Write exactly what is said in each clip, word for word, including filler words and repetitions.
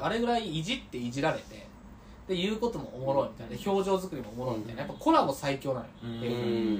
あれぐらいいじっていじられてで言うこともおもろいみたいな、うん、表情作りもおもろいみたいな、やっぱコラボ最強なのよ、うん、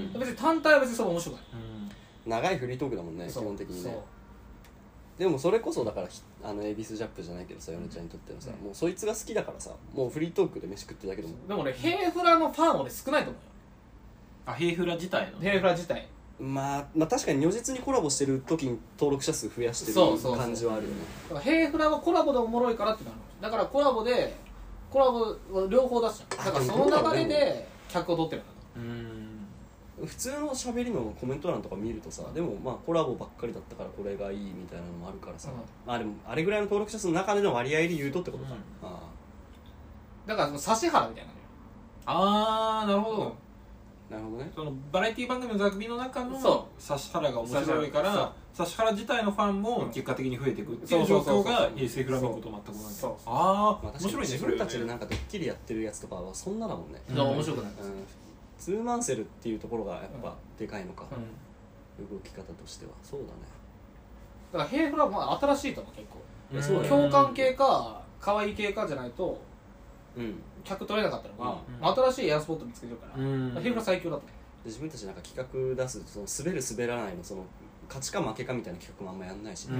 別に単体は別にそれ面白くない、 うん、長いフリートークだもんね基本的にね。でもそれこそだからあのエビスジャップじゃないけどさ、ヨネちゃんにとってのさ、うん、もうそいつが好きだからさ、もうフリートークで飯食ってるだけでも。 でもね、ヘイフラのファン俺少ないと思うよ。 あ、ヘイフラ自体のヘイフラ自体まあ、まあ確かに如実にコラボしてる時に登録者数増やしてる感じはあるよね。 だからヘイフラはコラボでおもろいからってなる。だからコラボでコラボは両方出しちゃう。だからその流れで客を取ってるんだと。うん普通の喋りのコメント欄とか見るとさ、でもまあコラボばっかりだったからこれがいいみたいなのもあるからさ、うん、まあでもあれぐらいの登録者数の中での割合で言うとってことか、うん、ああだから指原みたいなのよ。 ああなるほど、うん、 なるほどね。 そのバラエティ番組の座組の中の指原が面白いから指原自体のファンも結果的に増えていくっていう状況が平成フラミンゴと全く同じ。そうああ、まあ、面白いね。 自分たちでなんかドッキリやってるやつとかはそんなだもんね。 うん、面白くないです、うんツーマンセルっていうところがやっぱでかいのか、うん、動き方としてはそうだね。 だからヘイフラは新しいと思う結構、うん、共感系か可愛い系かじゃないと、うん、客取れなかったのが、うん、新しいエアスポット見つけてるから、うん、ヘイフラ最強だと思う。 自分たちなんか企画出すその滑る滑らないのその勝ちか負けかみたいな企画もあんまやんないしね、うん、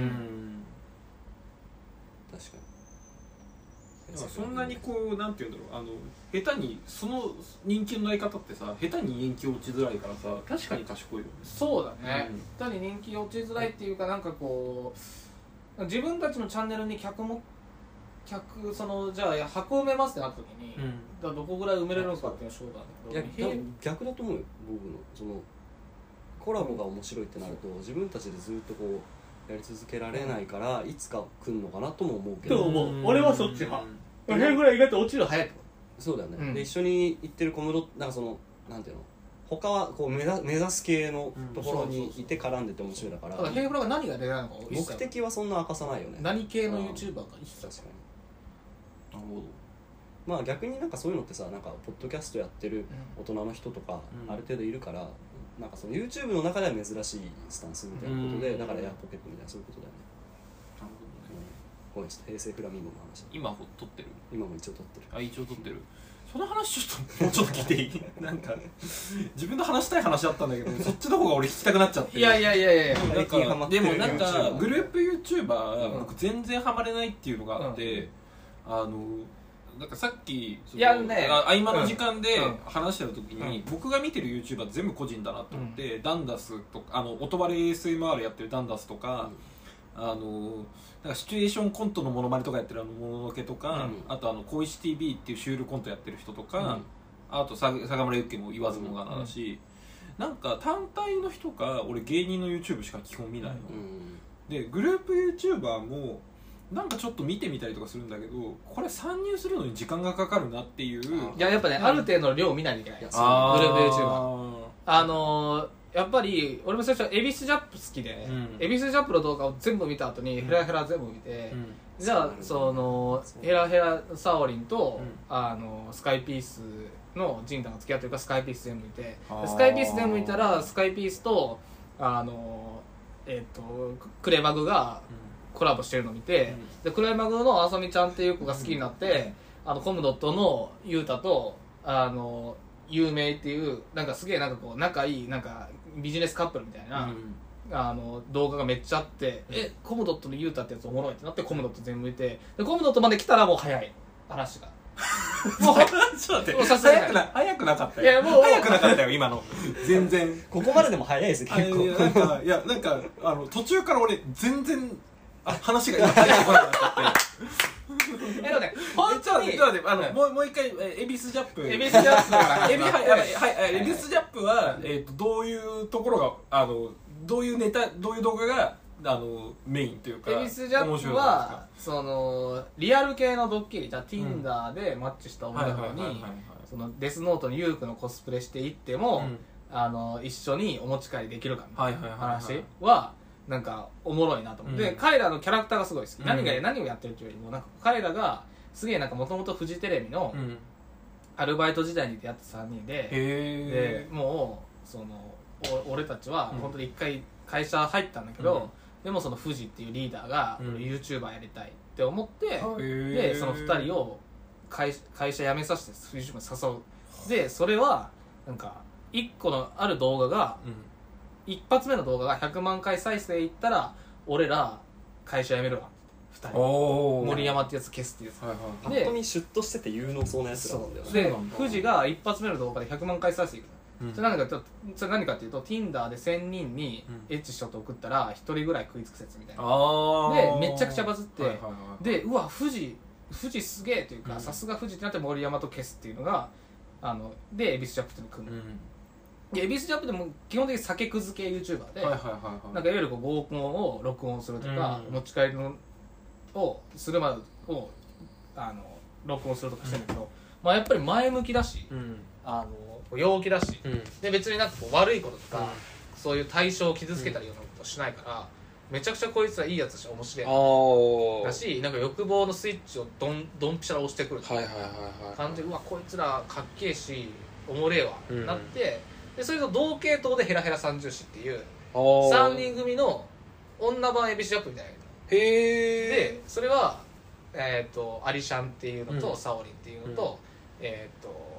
確かにそんなにこうなんていうんだろう、あの下手にその人気のない方ってさ下手に人気落ちづらいからさ確かに賢いよね。 そうだね、うん、下手に人気落ちづらいっていうかなんかこう自分たちのチャンネルに客も客そのじゃあ箱埋めますってなった時に、うん、だどこぐらい埋めれるのかっていうのは勝負なんだけど、 いや逆だと思うよ。僕のそのコラボが面白いってなると、うん、自分たちでずっとこうやり続けられないから、うん、いつか来るのかなとも思うけど。 と思う。俺はそっち派。ヘイフラ意外と落ちる早い。 そうだよね、うん、で一緒に行ってる小室なんかそのなんていうの他はこう目指、目指す系のところにいて絡んでて面白いだから、 だからヘイフラが何が出ないのか目的はそんな明かさないよね。 何系の YouTuber か一切。 確かに。なるほど。まあ逆になんかそういうのってさ、なんかポッドキャストやってる大人の人とかある程度いるから、うん、なんかその YouTube の中では珍しいスタンスみたいなことで、うん、だからエアポケットみたいなそういうことだよね。ごめん、ちょっと平成フラミンゴの話。 今撮ってる？ 今も一応撮ってる。 あ、一応撮ってる。その話ちょっともうちょっと聞いていい？なんか自分の話したい話だったんだけどそっちの方が俺聞きたくなっちゃって。 いやいやいやいやなんかでもなんかグループ YouTuber、うん、僕全然ハマれないっていうのがあって、うん、あのなんかさっきいや、ね、 合間の時間で話してた時に、うん、僕が見てる YouTuber 全部個人だなと思って、うん、ダンダスとかあの音バレ エーエスエムアール やってるダンダスとか、うん、あのなんかシチュエーションコントのモノマネとかやってるあのモノノケとか、うん、あとあの小石 ティービー っていうシュールコントやってる人とか、うん、あと相村ゆっけも言わずもがなだし、うん、なんか単体の人か俺芸人の YouTube しか基本見ないの、うん、でグループ YouTuber もなんかちょっと見てみたりとかするんだけどこれ参入するのに時間がかかるなっていう。 いややっぱね、うん、ある程度の量を見ないといけない。グループ YouTuber あのーやっぱり俺も最初エビスジャップ好きで、うん、エビスジャップの動画を全部見た後にヘラヘラ全部見て、うん、じゃあそのヘラヘラサオリンと、うん、あのスカイピースのジンタが付き合ってるからスカイピース全部見て、スカイピース全部見たらスカイピースとあのえっ、ー、とクレマグがコラボしてるのを見て、でクレマグのあさみちゃんっていう子が好きになって、あのコムドットのユータとあの有名っていうなんかすげえなんかこう仲いいなんかビジネスカップルみたいな、うん、あの動画がめっちゃあって、うん、えコムドットのユータってやつおもろいってなってコムドット全部見て、でコムドットまで来たらもう早い話がもうちょっと待って早くな早くなかったよ。いやもう早くなかったよ今の全然ここまででも早いです結構。 いやなんかいやなんかあの途中から俺全然あ話が今早く来なくなっちゃってえでもね、本当にあの、うん、もうもう一回エビスジャップエビスジャップはエビはいはいエビスジャップはえっとどういうところがあのどういうネタどういう動画があのメインというか。 エビスジャップはそのリアル系のドッキリじゃ Tinder でマッチした女の子にそのデスノートのユークのコスプレしていっても、うん、あの一緒にお持ち帰りできるかみたいな話はなんかおもろいなと思って、うん、彼らのキャラクターがすごい好き、うん、何が何をやってるっていうよりもなんか彼らがすげえなんかもともとフジテレビのアルバイト時代に出会ったさんにんで、うん、でもうその俺たちは本当に一回会社入ったんだけど、うん、でもそのフジっていうリーダーが、うん、YouTuber やりたいって思って、でそのふたりを会会社辞めさせて YouTube に誘う。でそれはなんかいっこのある動画が、うん、一発目の動画がひゃくまんかい再生いったら俺ら会社辞めるわふたり森山ってやつ消すっていうやつ、はいはい、 で本当にシュッとしてて有能そうなやつなんだよね。 で富士が一発目の動画でひゃくまんかい再生いく、うん、それ何かとそれ何かっていうと Tinder でせんにんにエッチしようと送ったらひとりぐらい食いつく説みたいな、うん、でめちゃくちゃバズって、はいはいはい、でうわ富士富士すげえというかさすが富士ってなって森山と消すっていうのがあので恵比寿ジャップと組む、うんで恵比寿ジャップでも基本的に酒くず系 YouTuber で、はいはいはいはい、なんかいわゆるこう合コンを録音するとか、うん、持ち帰りのをするまでをあの録音するとかしてるんだけど、うんまあ、やっぱり前向きだし、うん、あの陽気だし、うん、で別になんかこう悪いこととか、うん、そういう対象を傷つけたりようなことをしないから、うん、めちゃくちゃこいつはいいやつだし面白いだしなんか欲望のスイッチをドンドンピシャラ押してくるっていう感じでうわこいつらかっけえしおもれえわ、うん、なってでそれと同系統でヘラヘラ三重士っていうさんにん組の女版エビシジャップみたいなへでそれは、えー、とアリシャンっていうのと、うん、サオリンっていうのと、うん、えっ、ー、と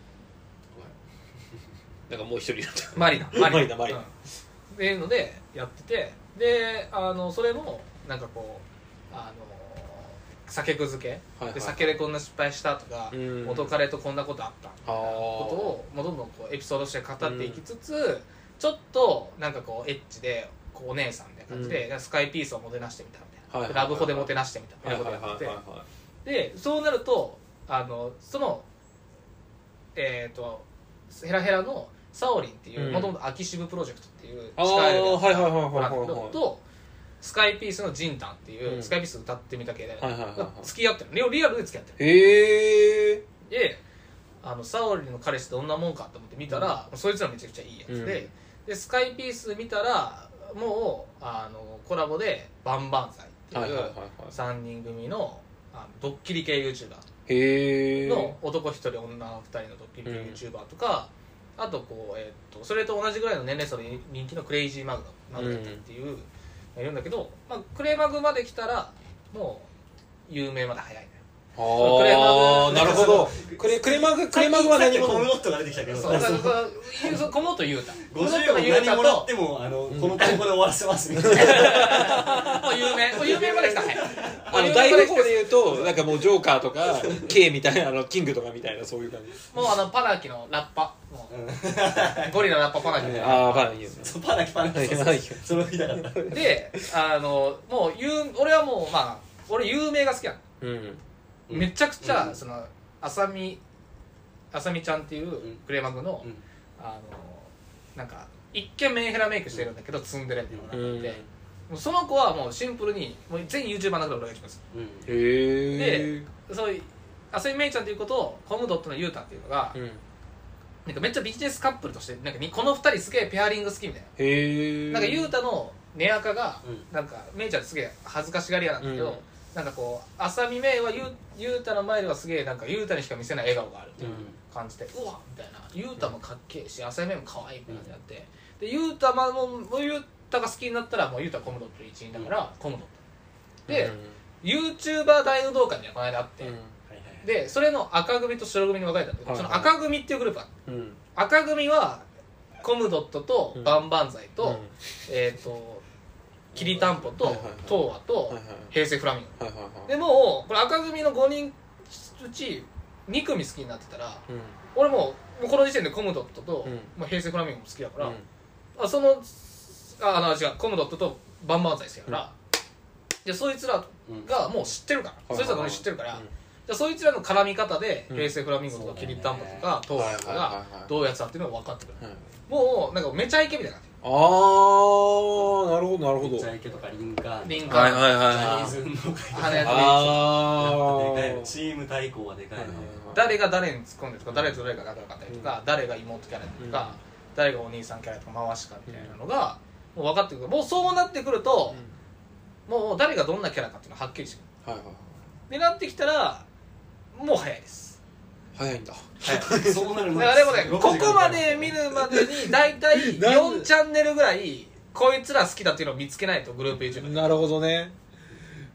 なんかもう一人いるマリナマリナマリナ、 うん、っていうのでやっててであのそれもなんかこうあの酒くずけ、はいはいはい、で酒でこんな失敗したとか、うん、元彼とこんなことあったみたいなことをもうどんどんこうエピソードとして語っていきつつ、うん、ちょっとなんかこうエッチでこうお姉さんみたいな感じで、うん、スカイピースをもてなしてみたみたいな、はいはいはい、ラブホでもてなしてみたみたいなことをやってて、はいはいはいはい、でそうなるとあのそのえっ、ー、とヘラヘラのサオリンっていうもともと秋渋プロジェクトっていう地下アイドルのブランドとスカイピースのジンタンっていう、うん、スカイピース歌ってみた系で、はいはいはいはい、付き合ってるリアルで付き合ってるへえであのサオリンの彼氏ってどんなもんかと思って見たら、うん、そいつらめちゃくちゃいいやつで、うん、でスカイピース見たらもうあのコラボでバンバンザイっていうさんにん組の、あのドッキリ系 YouTuber の男ひとり女ふたりのドッキリ系 YouTuber とか、うん、あとこう、えー、とそれと同じぐらいの年齢層で人気のクレイジーマグマグネットっていう、うんいるんだけど、まあ、クレマグまで来たらもう有名まで早いね。 ああなるほど。クレクレマグクレマグは何もコムドットが出てきたけど、そうそうコムドット言うた。 ごじゅうも何もらってもあの、うん、この単語で終わらせますみたいな。 もう有名もう有名まで来た早い。 あの大富豪で言うとなんかもうジョーカーとか K みたいなあのキングとかみたいなそういう感じ。 もうあのパナキのラッパ。もうゴリララッパパナキ。 ああパナキ。 そうパナキパナキ。その日だから。 であのもう有俺はもうまあ俺有名が好きやん。うんめちゃくちゃ、うん、そのあさみあさみちゃんっていうクレマグの、うん、あのなんか一見メンヘラメイクしてるんだけどツンデレっていうのがあって、うん、その子はもうシンプルにもう全 YouTuber の中で俺が一番好き、うん、へでそういうあさみめいちゃんっていう子とコムドットのゆうたっていうのが、うん、なんかめっちゃビジネスカップルとしてなんかにこの二人すげえペアリング好きみたいなへなんかゆうたの寝垢が、うん、なんかめいちゃんすげえ恥ずかしがり屋なんだけど、うんなんかこう浅見めいはゆうたの前ではすげえなんかゆうたにしか見せない笑顔があるっていう感じで、うん、うわみたいなゆうたもかっけえし浅見めいも可愛いみたいな感じになって、うん、でゆうたもゆうたが好きになったらもうゆうたはコムドット一員だから、うん、コムドットで、うん、YouTuber 大運動会にはこの間あって、うん、でそれの赤組と白組に分かれたんだけど、はいはい、その赤組っていうグループがあって、うん、赤組はコムドットとバンバンザイと、うん、えっ、ー、ときりたんぽと東和と平成フラミンゴ、はいはいはい、でもうこれ赤組のごにんうちに組好きになってたら、うん、俺もうこの時点でコムドットと、うんまあ、平成フラミンゴも好きだから、うん、あそのああの違うコムドットとバンバンザイ好きだから、うん、じゃそいつらがもう知ってるから、うん、そいつらが知ってるから、うん、じゃそいつらの絡み方で、うん、平成フラミンゴとかきりたんぽとか東和とかがどうやつだっていうのが分かってくる、はいはいはいはい、もうなんかめちゃイケみたいな感じあーなるほどなるほどめちゃイケとかリンカーンリンカーンはいはいはいジャニーズ運動会ああでかいのチーム対抗はでかいの、はいはいはい、 誰が誰に突っ込んでるとか誰と誰が仲良かったりとか、うん、誰が妹キャラとか、うん、誰がお兄さんキャラとか回しかみたいなのが、うん、もう分かってくるもうそうなってくると、うん、もう誰がどんなキャラかっていうのがはっきりしてくる、はいはいはい、でなってきたらもう早いです早いんだそうなるだからでもねここまで見るまでに大体よんチャンネルぐらいこいつら好きだっていうのを見つけないとグループ YouTube なるほどね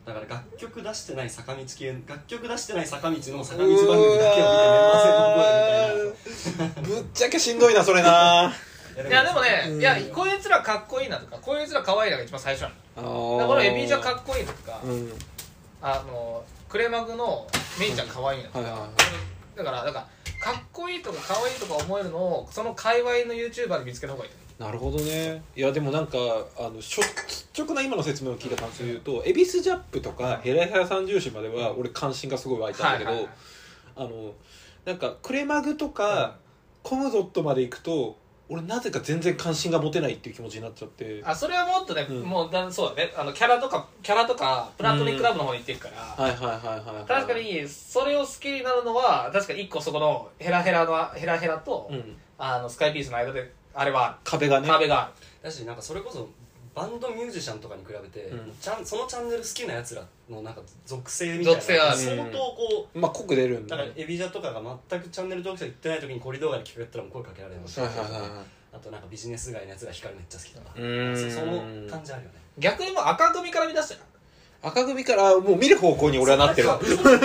だから楽曲出してない坂道系楽曲出してない坂道の坂道番組だけを見てメンバー戦の声みたいなぶっちゃけしんどいなそれないやでもね、うん、いやこいつらかっこいいなとかこいつらかわいいなが一番最初なの。だからこのエビージャかっこいいとか、うん、あのクレマグのメイちゃんかわいいなとか、うんはいはいはい、だからだからかっこいいとかかわいいとか思えるのをその界隈の YouTuber で見つけた方がいい。 なるほどね。いやでもなんかあの率直な今の説明を聞いた感じで言うと、恵比寿ジャップとかヘラヘラ三重視までは俺関心がすごい湧いたんだけど、はいはいはい、あのなんかクレマグとか、うん、コムドットまで行くと俺なぜか全然関心が持てないっていう気持ちになっちゃって。 あそれはもっとね、うん、もうだそうだね、あのキャラとかキャラとかプラトニックラブの方に行ってるから、うん、はいはいはいはい、はい、確かにそれを好きになるのは確かに一個そこのヘラヘラのヘラヘラと、うん、あのスカイピースの間であれは壁がね壁がある。 だしなんかそれこそバンドミュージシャンとかに比べて、うん、ちゃんそのチャンネル好きなやつらのなんか属性みたいな相当こう、 まあ濃く出るんだ、 ね、だからエビジャとかが全くチャンネル登録者行ってない時にコリドーガで聞くやったらもう声かけられますし、はいはいはいはい、あとなんかビジネス街のやつが光るめっちゃ好きとか、うその感じあるよね。 逆にもう赤組から見出したよ。 赤組からもう見る方向に俺はなってる。赤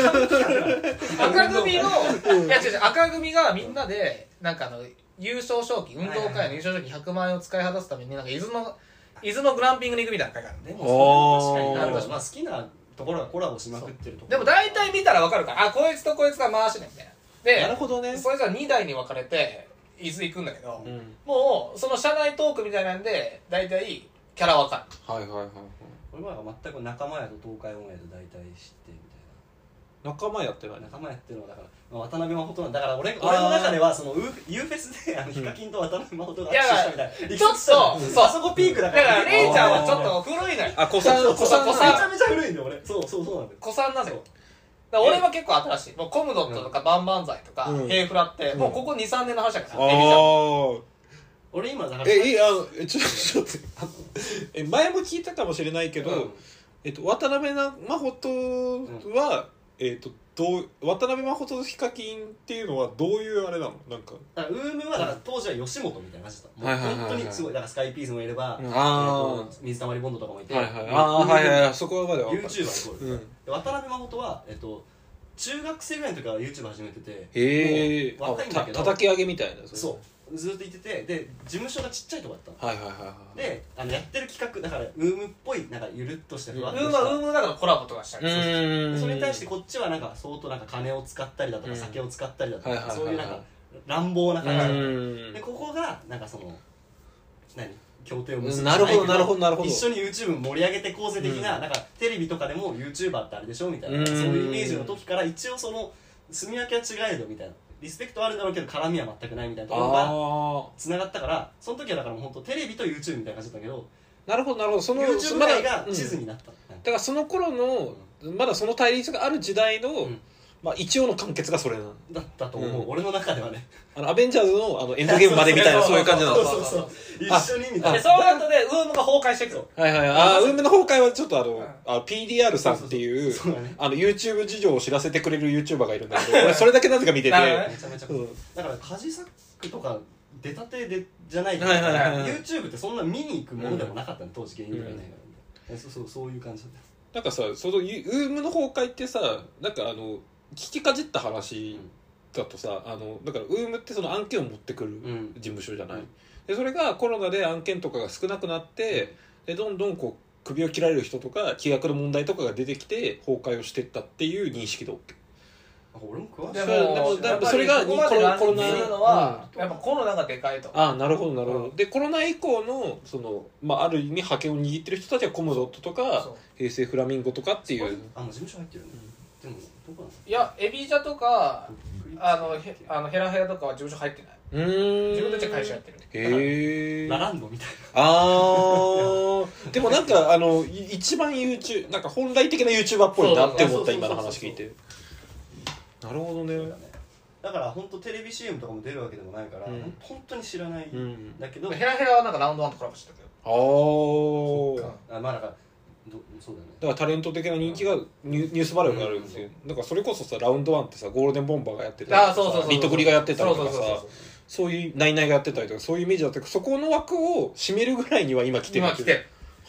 組のいや違う違う赤組がみんなでなんかあの優勝賞金運動会の優勝賞金ひゃくまんえんを使い果たすためになんか伊豆の伊豆のグランピングに行くみたいな会があるんで、 も確かになると、まあ、好きなところがコラボしまくってるところでも大体見たら分かるから、あこいつとこいつが回してねみたいなで、 なるほどね、 そいつはにだいに分かれて伊豆行くんだけど、うん、もうその社内トークみたいなんで大体キャラ分かる。 はいはいはいはい。 俺は全く仲間やと東海オンエアと大体知ってみたいな。 仲間やってない仲間やってるのはだから、まあ、渡辺真帆なんだから 俺, 俺の中ではその U フェスであのヒカキンと渡辺真帆が握手したみたいな、 ちょっとそうあそこピークだから、 だからレイちゃんはちょっと古いのよ。 あ子さん子さんめちゃめちゃ古いんだよ俺。そうそうそうなんだよ、 子さんなんだよ。だから俺は結構新しい、もうコムドットとかバンバンザイとか、うん、ヘイフラって、うん、もうここ にさんねんの話だから、うん、エビちゃん俺今だからえいやちょっとえ前も聞いたかもしれないけど、うん、えっと渡辺真帆とは、うん、えっとどう渡辺真帆とヒカキンっていうのはどういうあれなの？なんかだからウームはだから当時は吉本みたいな感じだった。もう本当にすごいだからスカイピースもいれば、うん、あー、えー、水溜りボンドとかもいて、 はいはい、ああはいはいはいそこはまでは YouTuber イコール、うん、で渡辺真帆とはえっと中学生ぐらいの時から YouTube 始めてて、 へえ若いんだけど叩き上げみたいな、 そうずっと言ってて、で事務所がちっちゃいとこだったの、はいはいはいはい、 であのやってる企画だからウームっぽいなんかゆるっとしたふわっとした、 ウームはウームだからコラボとかしたり、 それに対してこっちはなんか相当なんか金を使ったりだとか酒を使ったりだとか、そういうなんか乱暴な感じで、ここがなんかその何協定を結んでないけど、なるほどなるほど、一緒に YouTube 盛り上げてこうぜ的な、うん、なんかテレビとかでも YouTuber ってあれでしょみたいな、そういうイメージの時から一応その住み分けは違えどみたいな、リスペクトあるんだろうけど絡みは全くないみたいなところがつながったから、その時はだからもう本当テレビと YouTube みたいな感じだったけど、 なるほどなるほど、その YouTube 界が地図になった、 うん、だからその頃の、うん、まだその対立がある時代の、うん、まあ、一応の完結がそれなんだったと思う、うん、俺の中ではね、 あのアベンジャーズ の, あのエンドゲームまでみたいなそういう感じなんです。 そうそうそう一緒にみたいな。 でその後でウームが崩壊していく。 はいはい、あウームの崩壊はちょっとあの、うん、あ ピーディーアール さんっていうそうそうそう、ね、あの YouTube 事情を知らせてくれる YouTuber がいるんだけど俺それだけなぜか見ててめちゃめちゃ、うん、だからカジサックとか出たてでじゃないけど、はいはいはいはい、YouTube ってそんな見に行くものでもなかったの、うん、当時芸人とかいないから、うん、そうそうそういう感じだった。 なんかさそのウームの崩壊ってさなんかあの聞きかじった話だとさ、あのだからウームってその案件を持ってくる事務所じゃない、うん、でそれがコロナで案件とかが少なくなって、でどんどんこう首を切られる人とか規約の問題とかが出てきて崩壊をしていったっていう認識で OK。 俺も詳しい。 でもでもそれがコロナのはやっぱコロナがでかいと。 ああなるほどなるほど。でコロナ以降のそのまあある意味覇権を握ってる人たちはコムドットとか平成フラミンゴとかっていう。 あの事務所入ってるね。でもどこなの？ いやエビジャとかあのヘあのヘラヘラとかは事務所入ってない。うーん自分たちは会社やってる。 へえ。 ラランドみたいな。 ああ。でもなんかあの一番 YouTube なんか本来的な YouTuber っぽいなって思った今の話聞いて。なるほどね。 だから本当テレビ シーエム とかも出るわけでもないから、うん、本当に知らないんだけど、 うん、ヘラヘラはなんかラウンドワンとコラボしてたけど。 ああ。 あまあなんかどそうだね。 だからタレント的な人気がニュースバリューがあるんですよ。だからそれこそさラウンドワンってさゴールデンボンバーがやってたりとかさ、リトグリがやってたりとかさ、そういうナイナイがやってたりとかそういうイメージだったけど、そこの枠を占めるぐらいには今来てる。 今来てる。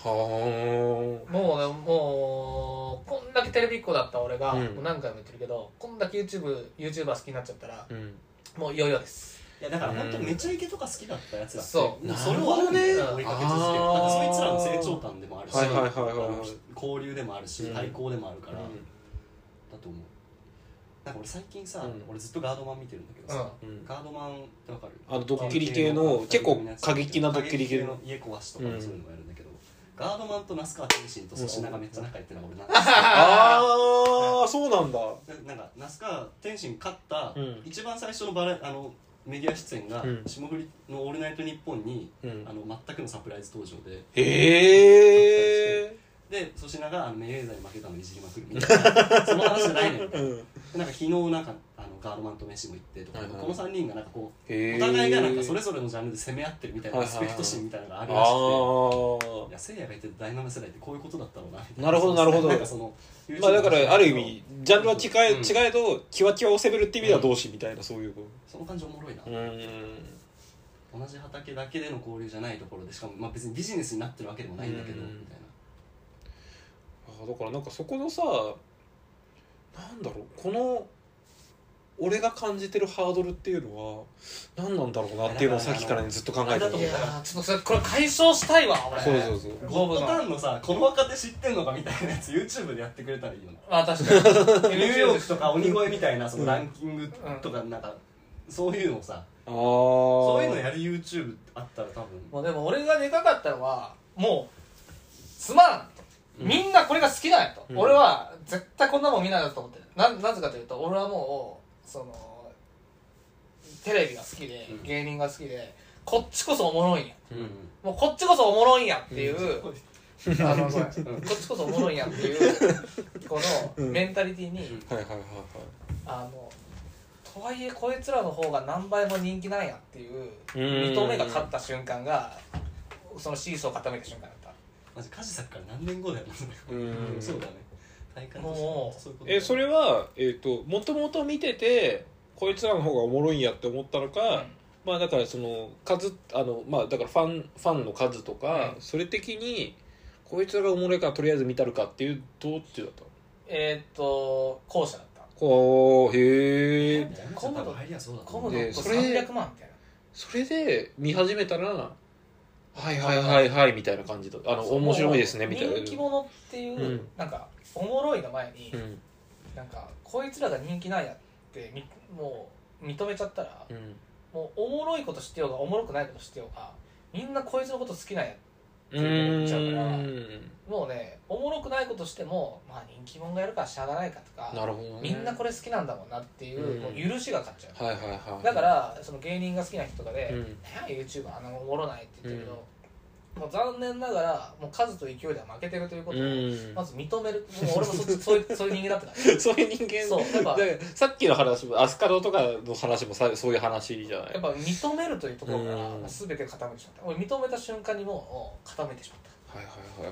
もうねもうこんだけテレビっ子だった俺が、うん、もう何回も言ってるけどこんだけ YouTube YouTuber 好きになっちゃったら、うん、もういよいよです。 いやだから本当にめちゃイケとか好きだったやつだってそうそれをあるね追いかけ続ける。だってそいつらの成長感でもあるし、はいはいはいはい、交流でもあるし、うん、対抗でもあるから、うん、だと思う。なんか俺最近さ、うん、俺ずっとガードマン見てるんだけどさ、うん、ガードマンってわかる？ あのドッキリ系の結構過激なドッキリ系の家壊しとかもそういうのもやるんだけど、うん、ガードマンと那須川天心と粗品がめっちゃ仲いいってのが俺なんですよ。 ああそうなんだ。 なんか那須川天心勝った、うん、一番最初のバラあのメディア出演が、うん、霜降りのオールナイトニッポンに、うん、あの全くのサプライズ登場で、 へえ。 で粗品があのメイウェザーに負けたのいじりまくるみたいなその話じゃないのみたいな、うん、なんか昨日なんかあのガードマンと飯も行ってとか、はいはい、このさんにんがなんかこうお互いがなんかそれぞれのジャンルで攻め合ってるみたいなリスペクト心みたいなのがあるらしくて、いやせいやが言ってるダイナマ世代ってこういうことだったろうなみたいな。 なるほどなるほど。なんかそのまあだからある意味ジャンルは違え、うん、違えどキワキワを攻めるっていう意味では同志みたいな、そういう、 その感じおもろいな。うん同じ畑だけでの交流じゃないところでしかもまあ別にビジネスになってるわけでもないんだけどみたいな。 だからなんかそこのさなんだろうこの俺が感じてるハードルっていうのは何なんだろうなっていうのをさっきから、ね、ずっと考えてる。 いやちょっとそれこれ解消したいわ俺。 そうそうそう。 ゴッドタンのさこの若手知ってんのかみたいなやつ YouTube でやってくれたらいいよな。 あ確かにニューヨークとか鬼越みたいなそのランキングとかなんかそういうのをさ、うん、そういうのやる YouTube あったら多分。 まあでも俺がでかかったのはもうすまんみんなこれが好きなんやと、うん、俺は絶対こんなもん見ないだと思ってる。 な, なぜかというと俺はもうそのテレビが好きで、うん、芸人が好きでこっちこそおもろいんや、うん、もうこっちこそおもろいんやっていう、うん、あのこっちこそおもろいんやっていうこのメンタリティに、うん、あのとはいえこいつらの方が何倍も人気なんやっていう認めが勝った瞬間がそのシーソーを固めた瞬間だった。 マジカジサックから何年後だよなそれ。うんそうだね。体感としてもそういうこと。えそれはえっ、ー、ともともと見ててこいつらの方がおもろいんやって思ったのか、うん、まあだからその数あのまあだからファンファンの数とか、うん、それ的にこいつらがおもろいからとりあえず見たるかっていうどっちだったの？ えっ、ー、と後者だった。 こうへえ。 コムド入りはそうだコムドとさんびゃくまんみたいな。 それで見始めたらはいはいはいはいみたいな感じだ。あの面白いですねみたいな。 人気者っていう、うん、なんかおもろいの前に、うん、なんかこいつらが人気なんやってみもう認めちゃったら、うん、もうおもろいこと知ってようがおもろくないこと知ってようがみんなこいつのこと好きなんやって思っちゃうから、もうねおもろくないことしてもまあ人気者がやるからしゃあがないかとか、 なるほどね、 みんなこれ好きなんだもんなっていう、うん、もう許しが勝っちゃう、 はいはいはい、 だからその芸人が好きな人とかで「うん、YouTuber あんなおもろない」って言ってるけど、うん、もう残念ながらもう数と勢いでは負けてるということをまず認める、うん、もう俺も そ, そういうそういう人間だったからそういう人間。そうやっぱさっきの話もアスカドとかの話もさそういう話じゃない。 やっぱ認めるというところから全て固めてしまった。俺認めた瞬間にもう固めてしまった。 はいはいはいはい。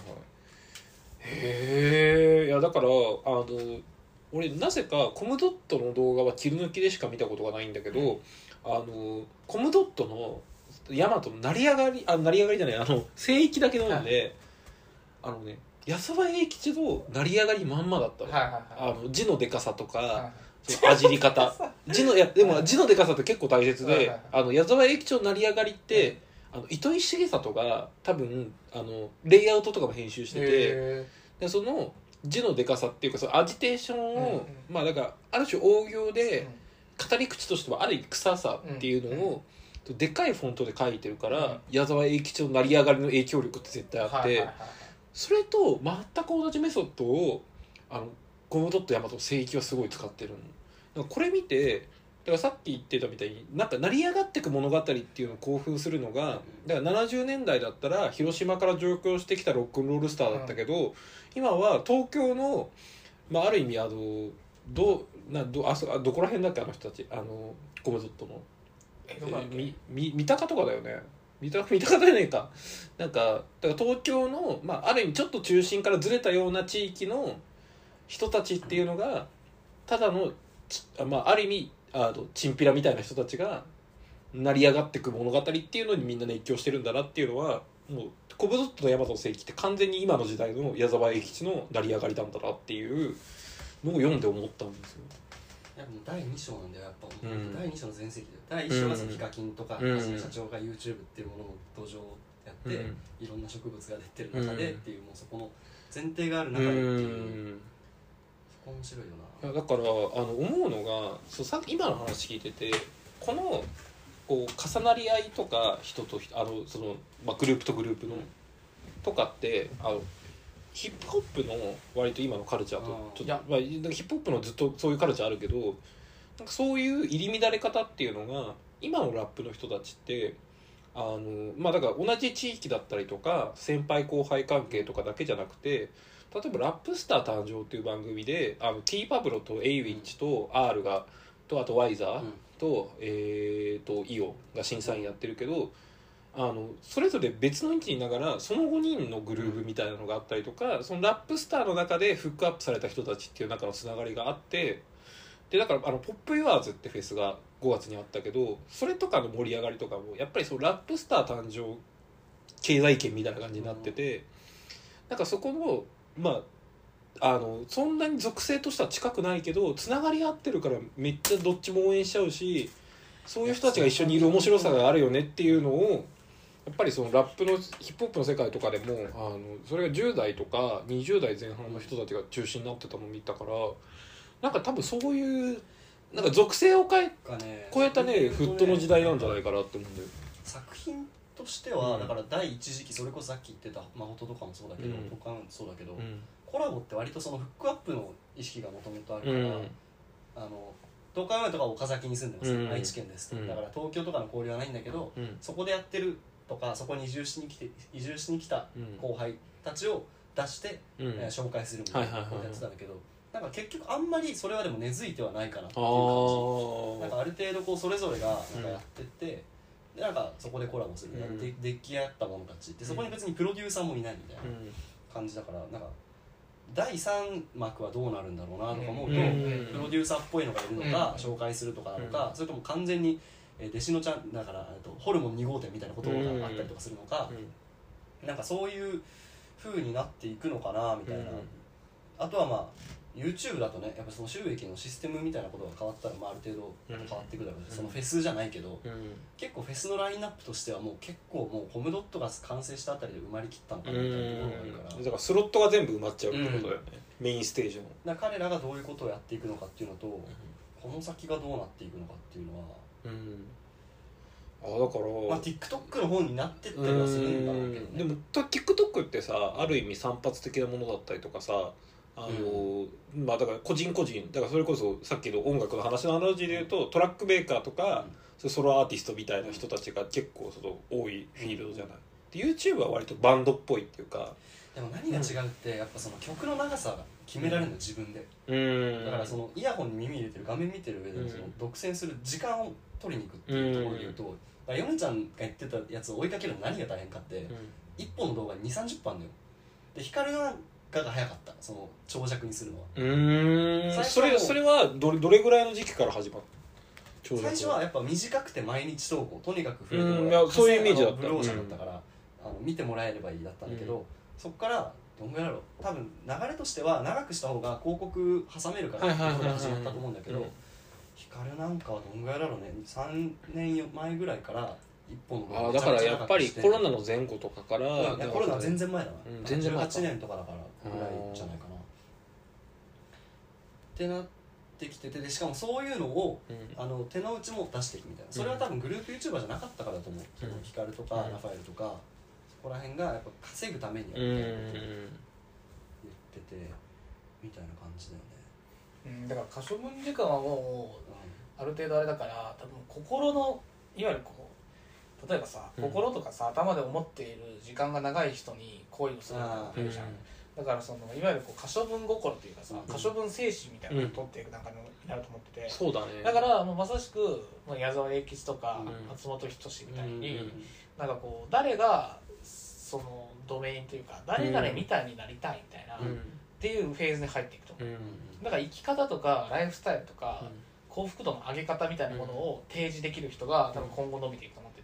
へえ。いやだからあの俺なぜかコムドットの動画は切り抜きでしか見たことがないんだけど、うん、あのコムドットのヤマトの成り上がりあ成り上がりじゃないあの聖域だけ飲んで、はい、あのね安葉栄吉の成り上がりまんまだったの、はいはいはい、あの字のでかさとか、はい、そのあじり方字のいやでも字のでかさって結構大切で、はいはいはい、あの矢沢永吉の成り上がりって、はいあの糸井重里が多分あのレイアウトとかも編集しててでその字のでかさっていうかそのアジテーションを、うんうん、まあだからある種大行で語り口としてはある意味臭さっていうのを、うんうん、でかいフォントで書いてるから、うん、矢沢永吉の成り上がりの影響力って絶対あって、はいはいはいはい、それと全く同じメソッドをあのゴムドットヤマト聖域はすごい使ってるの。だからこれ見てだからさっき言ってたみたいになんか成り上がっていく物語っていうのを興奮するのがだからななじゅうねんだいだったら広島から上京してきたロックンロールスターだったけど、うん、今は東京の、まあ、ある意味あのどなどあそどこら辺だっけあの人たちあのゴムドットのえー、みみ三鷹とかだよね三鷹三鷹だよねかなんかだから東京の、まあ、ある意味ちょっと中心からずれたような地域の人たちっていうのがただの、まあ、ある意味あのチンピラみたいな人たちが成り上がっていく物語っていうのにみんな熱狂してるんだなっていうのはもうコブドットの大和世紀って完全に今の時代の矢沢永吉の成り上がりなんだなっていうのを読んで思ったんですよ。 いやもうだいに章なんだよやっぱ、うん、だいに章の全盛期でだいいっ章はそのヒカキンとか、うん、社長が YouTube っていうものの土壌をやって、うん、いろんな植物が出てる中でっていう、うん、もうそこの前提がある中でっていう、うん、そこ面白いよな。 いやだからあの思うのがそうさ今の話聞いててこのこう重なり合いとか人とあのその、まあ、グループとグループの、うん、とかってあのヒップホップの割と今のカルチャーとちょっと、まあ、ヒップホップのずっとそういうカルチャーあるけどなんかそういう入り乱れ方っていうのが今のラップの人たちってあの、まあ、だから同じ地域だったりとか先輩後輩関係とかだけじゃなくて例えばラップスター誕生っていう番組であの T パブロとエイウィッチと R がとあとワイザーと、うん、えー、とイオが審査員やってるけどあのそれぞれ別の位置にいながらそのごにんのグルーヴみたいなのがあったりとかそのラップスターの中でフックアップされた人たちっていう中のつながりがあってでだからあのポップユアーズってフェスがごがつにあったけどそれとかの盛り上がりとかもやっぱりそのラップスター誕生経済圏みたいな感じになっててなんかそこのまああのそんなに属性としては近くないけどつながり合ってるからめっちゃどっちも応援しちゃうしそういう人たちが一緒にいる面白さがあるよねっていうのをやっぱりそのラップのヒップホップの世界とかでもあのそれがじゅう代とかにじゅう代前半の人たちが中心になってたのを見たからなんか多分そういうなんか属性を変え、ね、超えたねフットの時代なんじゃないかなって思うんだよ。 作品としては、うん、だから第一次期それこそさっき言ってたマホトとかもそうだけど、うん、他もそうだけど、うん、コラボって割とそのフックアップの意識がもともとあるから、うん、あの東海オンエアとか岡崎に住んでます、うん、愛知県ですと、うん、だから東京とかの交流はないんだけど、うん、そこでやってるとかそこに移住しに来て移住しに来た後輩たちを出して、うんえー、紹介するみたいなことやってたんだけど、なんか結局あんまりそれはでも根付いてはないかなっていう感じ。なんかある程度こうそれぞれがなんかやってって、うん、でなんかそこでコラボする、うん、で出来合った者たちでそこに別にプロデューサーもいないみたいな感じだからなんかだいさん幕はどうなるんだろうなとか思うと、うん、プロデューサーっぽいのがいるのか、うん、紹介するとかなのか、うん、それとも完全に弟子のちゃんだからとホルモンに号店みたいなことがあったりとかするのか、うん、なんかそういう風になっていくのかなみたいな、うん、あとはまあ YouTube だとねやっぱその収益のシステムみたいなことが変わったら、まあ、ある程度変わっていくだろうし、うん、そのフェスじゃないけど、うん、結構フェスのラインナップとしてはもう結構もうコムドットが完成したあたりで埋まりきったのかなみたいなところがあるから、 だからスロットが全部埋まっちゃうってことだよね、うん、メインステージのだから彼らがどういうことをやっていくのかっていうのと、うん、この先がどうなっていくのかっていうのは、 うんあだからまあ、TikTok の方になってったりはするんだろうけどね。 でも TikTok ってさある意味散発的なものだったりとかさあの、うん、まあだから個人個人だからそれこそさっきの音楽の話のアナロジーで言うとトラックメーカーとか、うん、ソロアーティストみたいな人たちが結構その多いフィールドじゃない、うん、で YouTube は割とバンドっぽいっていうかでも何が違うってやっぱその曲の長さが決められるの自分で、うん、だからそのイヤホンに耳入れてる画面見てる上でその独占する時間を取りに行くっていうところで言うと、うんヨネちゃんが言ってたやつを追いかけるの何が大変かって、うん、いっぽんの動画にじゅう、さんじゅっぷんあるのよで光なんかが早かったその長尺にするのはうーんそれそれはどれ、どれぐらいの時期から始まった最初はやっぱ短くて毎日投稿とにかく触れてもらう、 うんいやそういうイメージだったブローシャだったから、うん、あの見てもらえればいいだったんだけど、うん、そっからどんぐらいだろう多分流れとしては長くした方が広告挟めるからってことで始まったと思うんだけどヒカルなんかはどんぐらいだろうねさんねんまえぐらいから一本のあだからやっぱりコロナの前後とかからいやコロナは全然前だな、うん、全然前じゅうはちねんとかだからぐらいじゃないかなってなってきててでしかもそういうのを、うん、あの手の内も出していくみたいなそれは多分グループ YouTuber じゃなかったからだと思う、うん、そのヒカルとか、うん、ラファエルとかそこら辺がやっぱ稼ぐためにやるみたいなことを言っててみたいな感じだよねうん、だから可処分時間はもうある程度あれだから多分心のいわゆるこう例えばさ、うん、心とかさ頭で思っている時間が長い人に行為をするのが増えるじゃん、うん、だからそのいわゆるこう可処分心というかさ、うん、可処分精神みたいなのを取っていくなんかになると思ってて、うん、 そうだねだからもうまさしく矢沢永吉とか、うん、松本人志みたいに、うん、なんかこう誰がそのドメインというか誰々みたいになりたいみたいな、うん、っていうフェーズに入っていくと思う、うんだから生き方とかライフスタイルとか、うん、幸福度の上げ方みたいなものを提示できる人が多分今後伸びていくと思って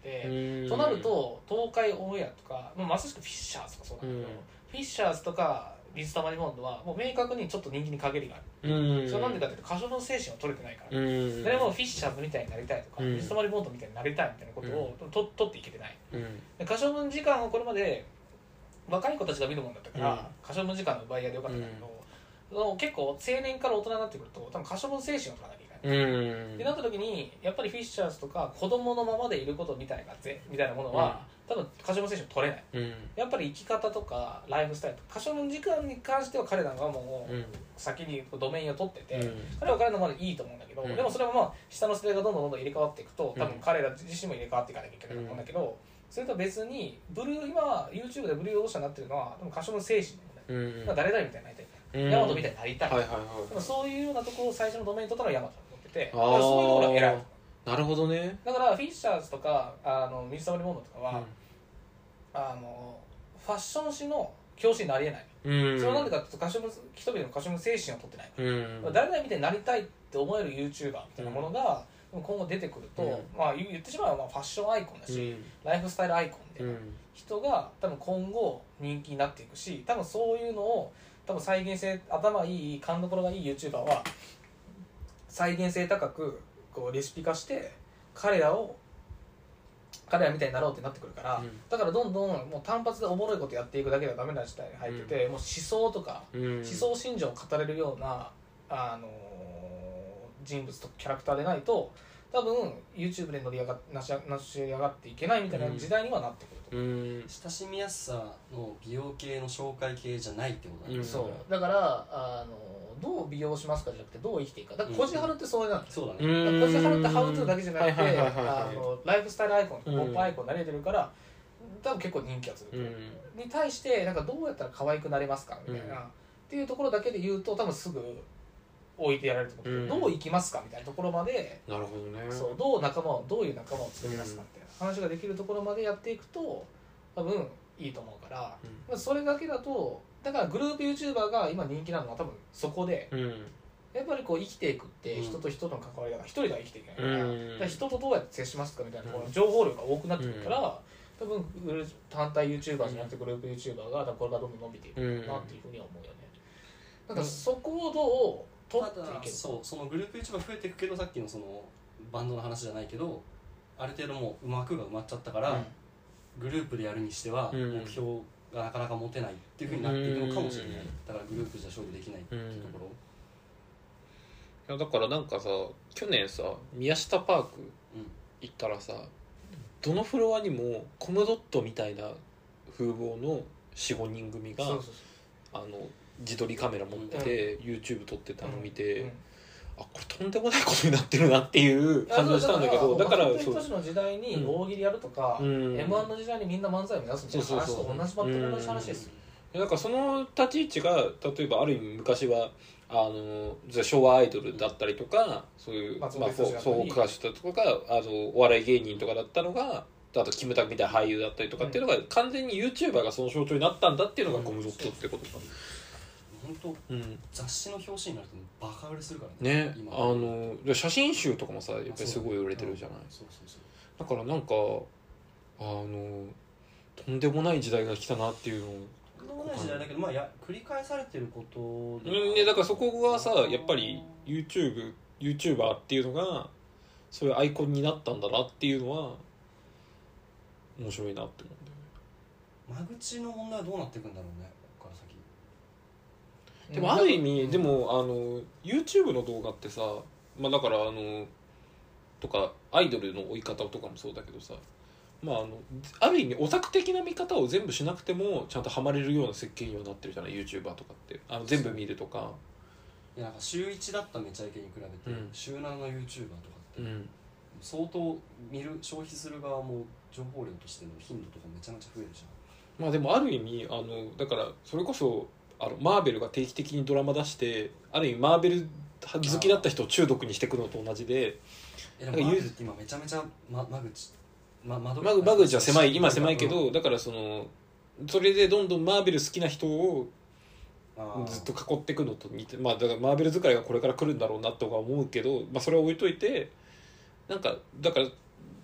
て、となると東海オンエアとか、まあ、まさしくフィッシャーズとかそうなんだけど、フィッシャーズとか水溜りボンドはもう明確にちょっと人気に陰りがある、うん、それなんでかっていうと過剰の精神は取れてないから、うん、誰もフィッシャーズみたいになりたいとか、うん、水溜りボンドみたいになりたいみたいなことを、うん、と取っていけてない、うん、で可処分時間をこれまで若い子たちが見るもんだったから、うん、可処分時間の奪い合いでよかったんだけど、うん、結構青年から大人になってくると多分可処分精神を取らなきゃいけない、うん、ってなった時にやっぱりフィッシャーズとか子供のままでいることみたいなぜみたいなものは、うん、多分可処分精神を取れない、うん、やっぱり生き方とかライフスタイルとか可処分時間に関しては彼らがもう先にドメインを取ってて、うん、彼は彼のまでいいと思うんだけど、うん、でもそれはまあ下の世代がどんどんどんどん入れ替わっていくと多分彼ら自身も入れ替わっていかなきゃいけないと思うんだけど、うん、それとは別にブルー今 YouTube でブルー用語者になってるのは多分可処分精神の問題、うん、誰々みたいになりたい、うん、ヤマトみたいになりたい、はいはいはい、でもそういうようなところを最初のドメイン取ったのはヤマトだと思ってて、だからそういうところが偉い。 なるほどね。だからフィッシャーズとかあの水溜りボンドとかは、うん、あのファッション誌の表紙になり得ない、うん、それはなんでかっていうと人々の可処分精神を取ってないから、うん、誰々みたいになりたいって思える YouTuber みたいなものが、うん、今後出てくると、うん、まあ、言ってしまえばまあファッションアイコンだし、うん、ライフスタイルアイコンみたいな人が多分今後人気になっていくし、多分そういうのを多分再現性頭いい勘どころがいい YouTuber は再現性高くこうレシピ化して彼らを彼らみたいになろうってなってくるから、うん、だからどんどんもう単発でおもろいことやっていくだけではダメな時代に入ってて、うん、もう思想とか、うん、思想信条を語れるような、あのー、人物とキャラクターでないと多分 YouTube で乗り上がなしなし上がっていけないみたいな時代にはなってくると、うん、 親しみやすさの美容系の紹介系じゃないってことだね、 うん、そうだからあのどう美容しますかじゃなくてどう生きていくか。だからこじはるってそういうなんですよ、うん、そうだね。こじはるってハウトゥーだけじゃなくてライフスタイルアイコンポップアイコンになれてるから、多分結構人気が続く、うん、に対してなんかどうやったら可愛くなれますかみたいな、うん、っていうところだけで言うと多分すぐ置いてやられると思うけど、うん、どう生きますかみたいなところまで、 なるほどね。 そうどう仲間をどういう仲間を作りますかみたいな話ができるところまでやっていくと多分いいと思うから、うん、それだけだとだからグループ YouTuber が今人気なのは多分そこで、うん、やっぱりこう生きていくって人と人との関わりだから一人が生きていけないから、うん、だから人とどうやって接しますかみたいな、うん、情報量が多くなってくるから、うん、多分単体 YouTuber じゃなくてグループ YouTuber がこれからどんどん伸びていくなっていうふうには思うよね。だからそこをどう取っていけるか。 そう、そのグループ YouTuber 増えていくけどさっきのそのバンドの話じゃないけどある程度もう枠が埋まっちゃったから、うん、グループでやるにしては目標がなかなか持てないっていうふうになっているのかもしれない。だからグループじゃ勝負できないっていうところ。 いやだからなんかさ去年さ宮下パーク行ったらさ、うん、どのフロアにもコムドットみたいな風貌の よん,ご 人組がそうそうそうあの自撮りカメラ持ってて、うん、YouTube 撮ってたのを見て、うんうん、あこれとんでもないことになってるなっていう感じがしたんだけど、だから本当に年の時代に大喜利やるとか、うん、エムワン の時代にみんな漫才を目指すみたいな話と同じ全く同じ話ですよ。 だからその立ち位置が例えばある意味昔はあの昭和アイドルだったりとかそういうまあフォーク歌手とかあのお笑い芸人とかだったのがあとキムタクみたいな俳優だったりとかっていうのが、うん、完全に YouTuber がその象徴になったんだっていうのがコムドットってことか。 本当、うん、雑誌の表紙になるとバカ売れするからね。 ね、今あの写真集とかもさやっぱりすごい売れてるじゃない。そうそうそうだからなんかあのとんでもない時代が来たなっていうのを。 とんでもない時代だけど、まあ、や繰り返されてることで、ね、だからそこがさやっぱり YouTube YouTuber っていうのがそういうアイコンになったんだなっていうのは面白いなって思うんだよね。 間口の問題はどうなっていくんだろうねここから先。 でもある意味、うん、でもあの YouTube の動画ってさ、まあ、だからあのとかアイドルの追い方とかもそうだけどさ、まあ、あのある意味オタク的な見方を全部しなくてもちゃんとハマれるような設計にはなってるじゃない YouTuber とかってあの全部見るとか。 いやなんか週いちだっためちゃイケに比べて、うん、週ななの YouTuber とかって、うん、相当見る消費する側も情報量としての頻度とかめちゃめちゃ増えるじゃん。 まあでもある意味あのだからそれこそあのマーベルが定期的にドラマ出してある意味マーベル好きだった人を中毒にしていくのと同じで、 えでもマーベルって今めちゃめちゃ、ま、間口ま、間口は狭い今狭いけど、だからそのそれでどんどんマーベル好きな人をずっと囲っていくのと似て、まあだからマーベル使いがこれから来るんだろうなとか思うけど、まあそれは置いといてなんかだから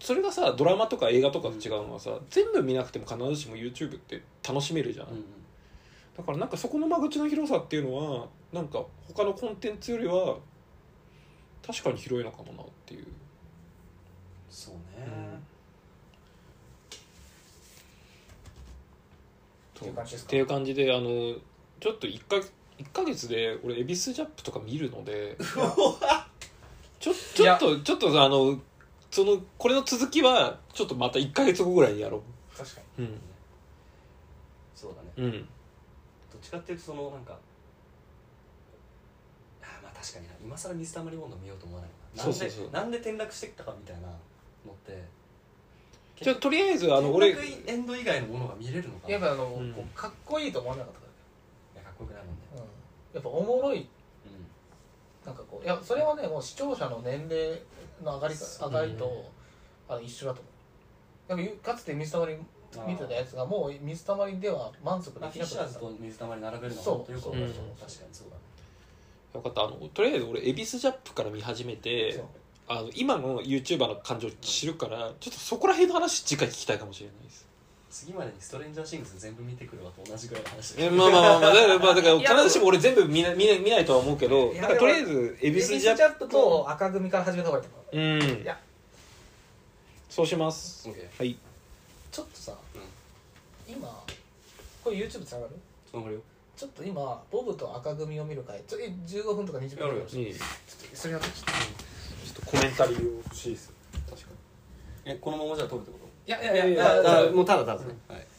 それがさドラマとか映画とかと違うのはさ、うん、全部見なくても必ずしも YouTube って楽しめるじゃん、うん、だからなんかそこの間口の広さっていうのはなんか他のコンテンツよりは確かに広いのかもなっていう。 そうね、 うん、 っていう感じであのちょっといっかいっかげつで俺エビスジャップとか見るのでちょ, ちょっとちょっとあのそのこれの続きはちょっとまたいっかげつごぐらいにやろう。 確かに、 うん、 そうだね、 うん、 どっちかっていうとそのなんかあまあ確かにな今更水溜りボンド見ようと思わないな。なんでそうそうそうなんで転落してきたかみたいなのってじゃあとりあえずあの俺転落エンド以外のものが見れるのかな。 やっぱあの、 うん、かっこいいと思わなかったからいやかっこよくないもんね、 うん、やっぱおもろい、うん、なんかこういやそれはねもう視聴者の年齢の上がり上がりと、うん、あの一緒だと思う。やっぱかつて水溜り見てたやつがもう水溜りでは満足できなくなった。フィッシャーズと水溜り並べるのは本当よくわかる。確かにそうだね。 よかった。あのとりあえず俺エビスジャップから見始めてあの今の YouTuber の感情知るから、うん、ちょっとそこら辺の話次回聞きたいかもしれないです。 次までにストレンジャーシングス全部見てくるわと同じぐらいの話でまあまあまあまあだから、まあ、だから必ずしも俺全部見な 見, な見ないとは思うけどだからとりあえずエビスジャップと赤組から始めた方がいいと思う。 うんいやそうします、 okay. はいちょっとさ、うん、今これ YouTube つながる？ つながるよ。 ちょっと今ボブと赤組を見る回ちょじゅうごふんとかにじゅっぷんやるいいちょっとそれやってちょっと、 うん、ちょっとコメンタリーを欲しいです。 確かにえこのままじゃ撮るってこと？ いやいやいやいやもうただただね、はい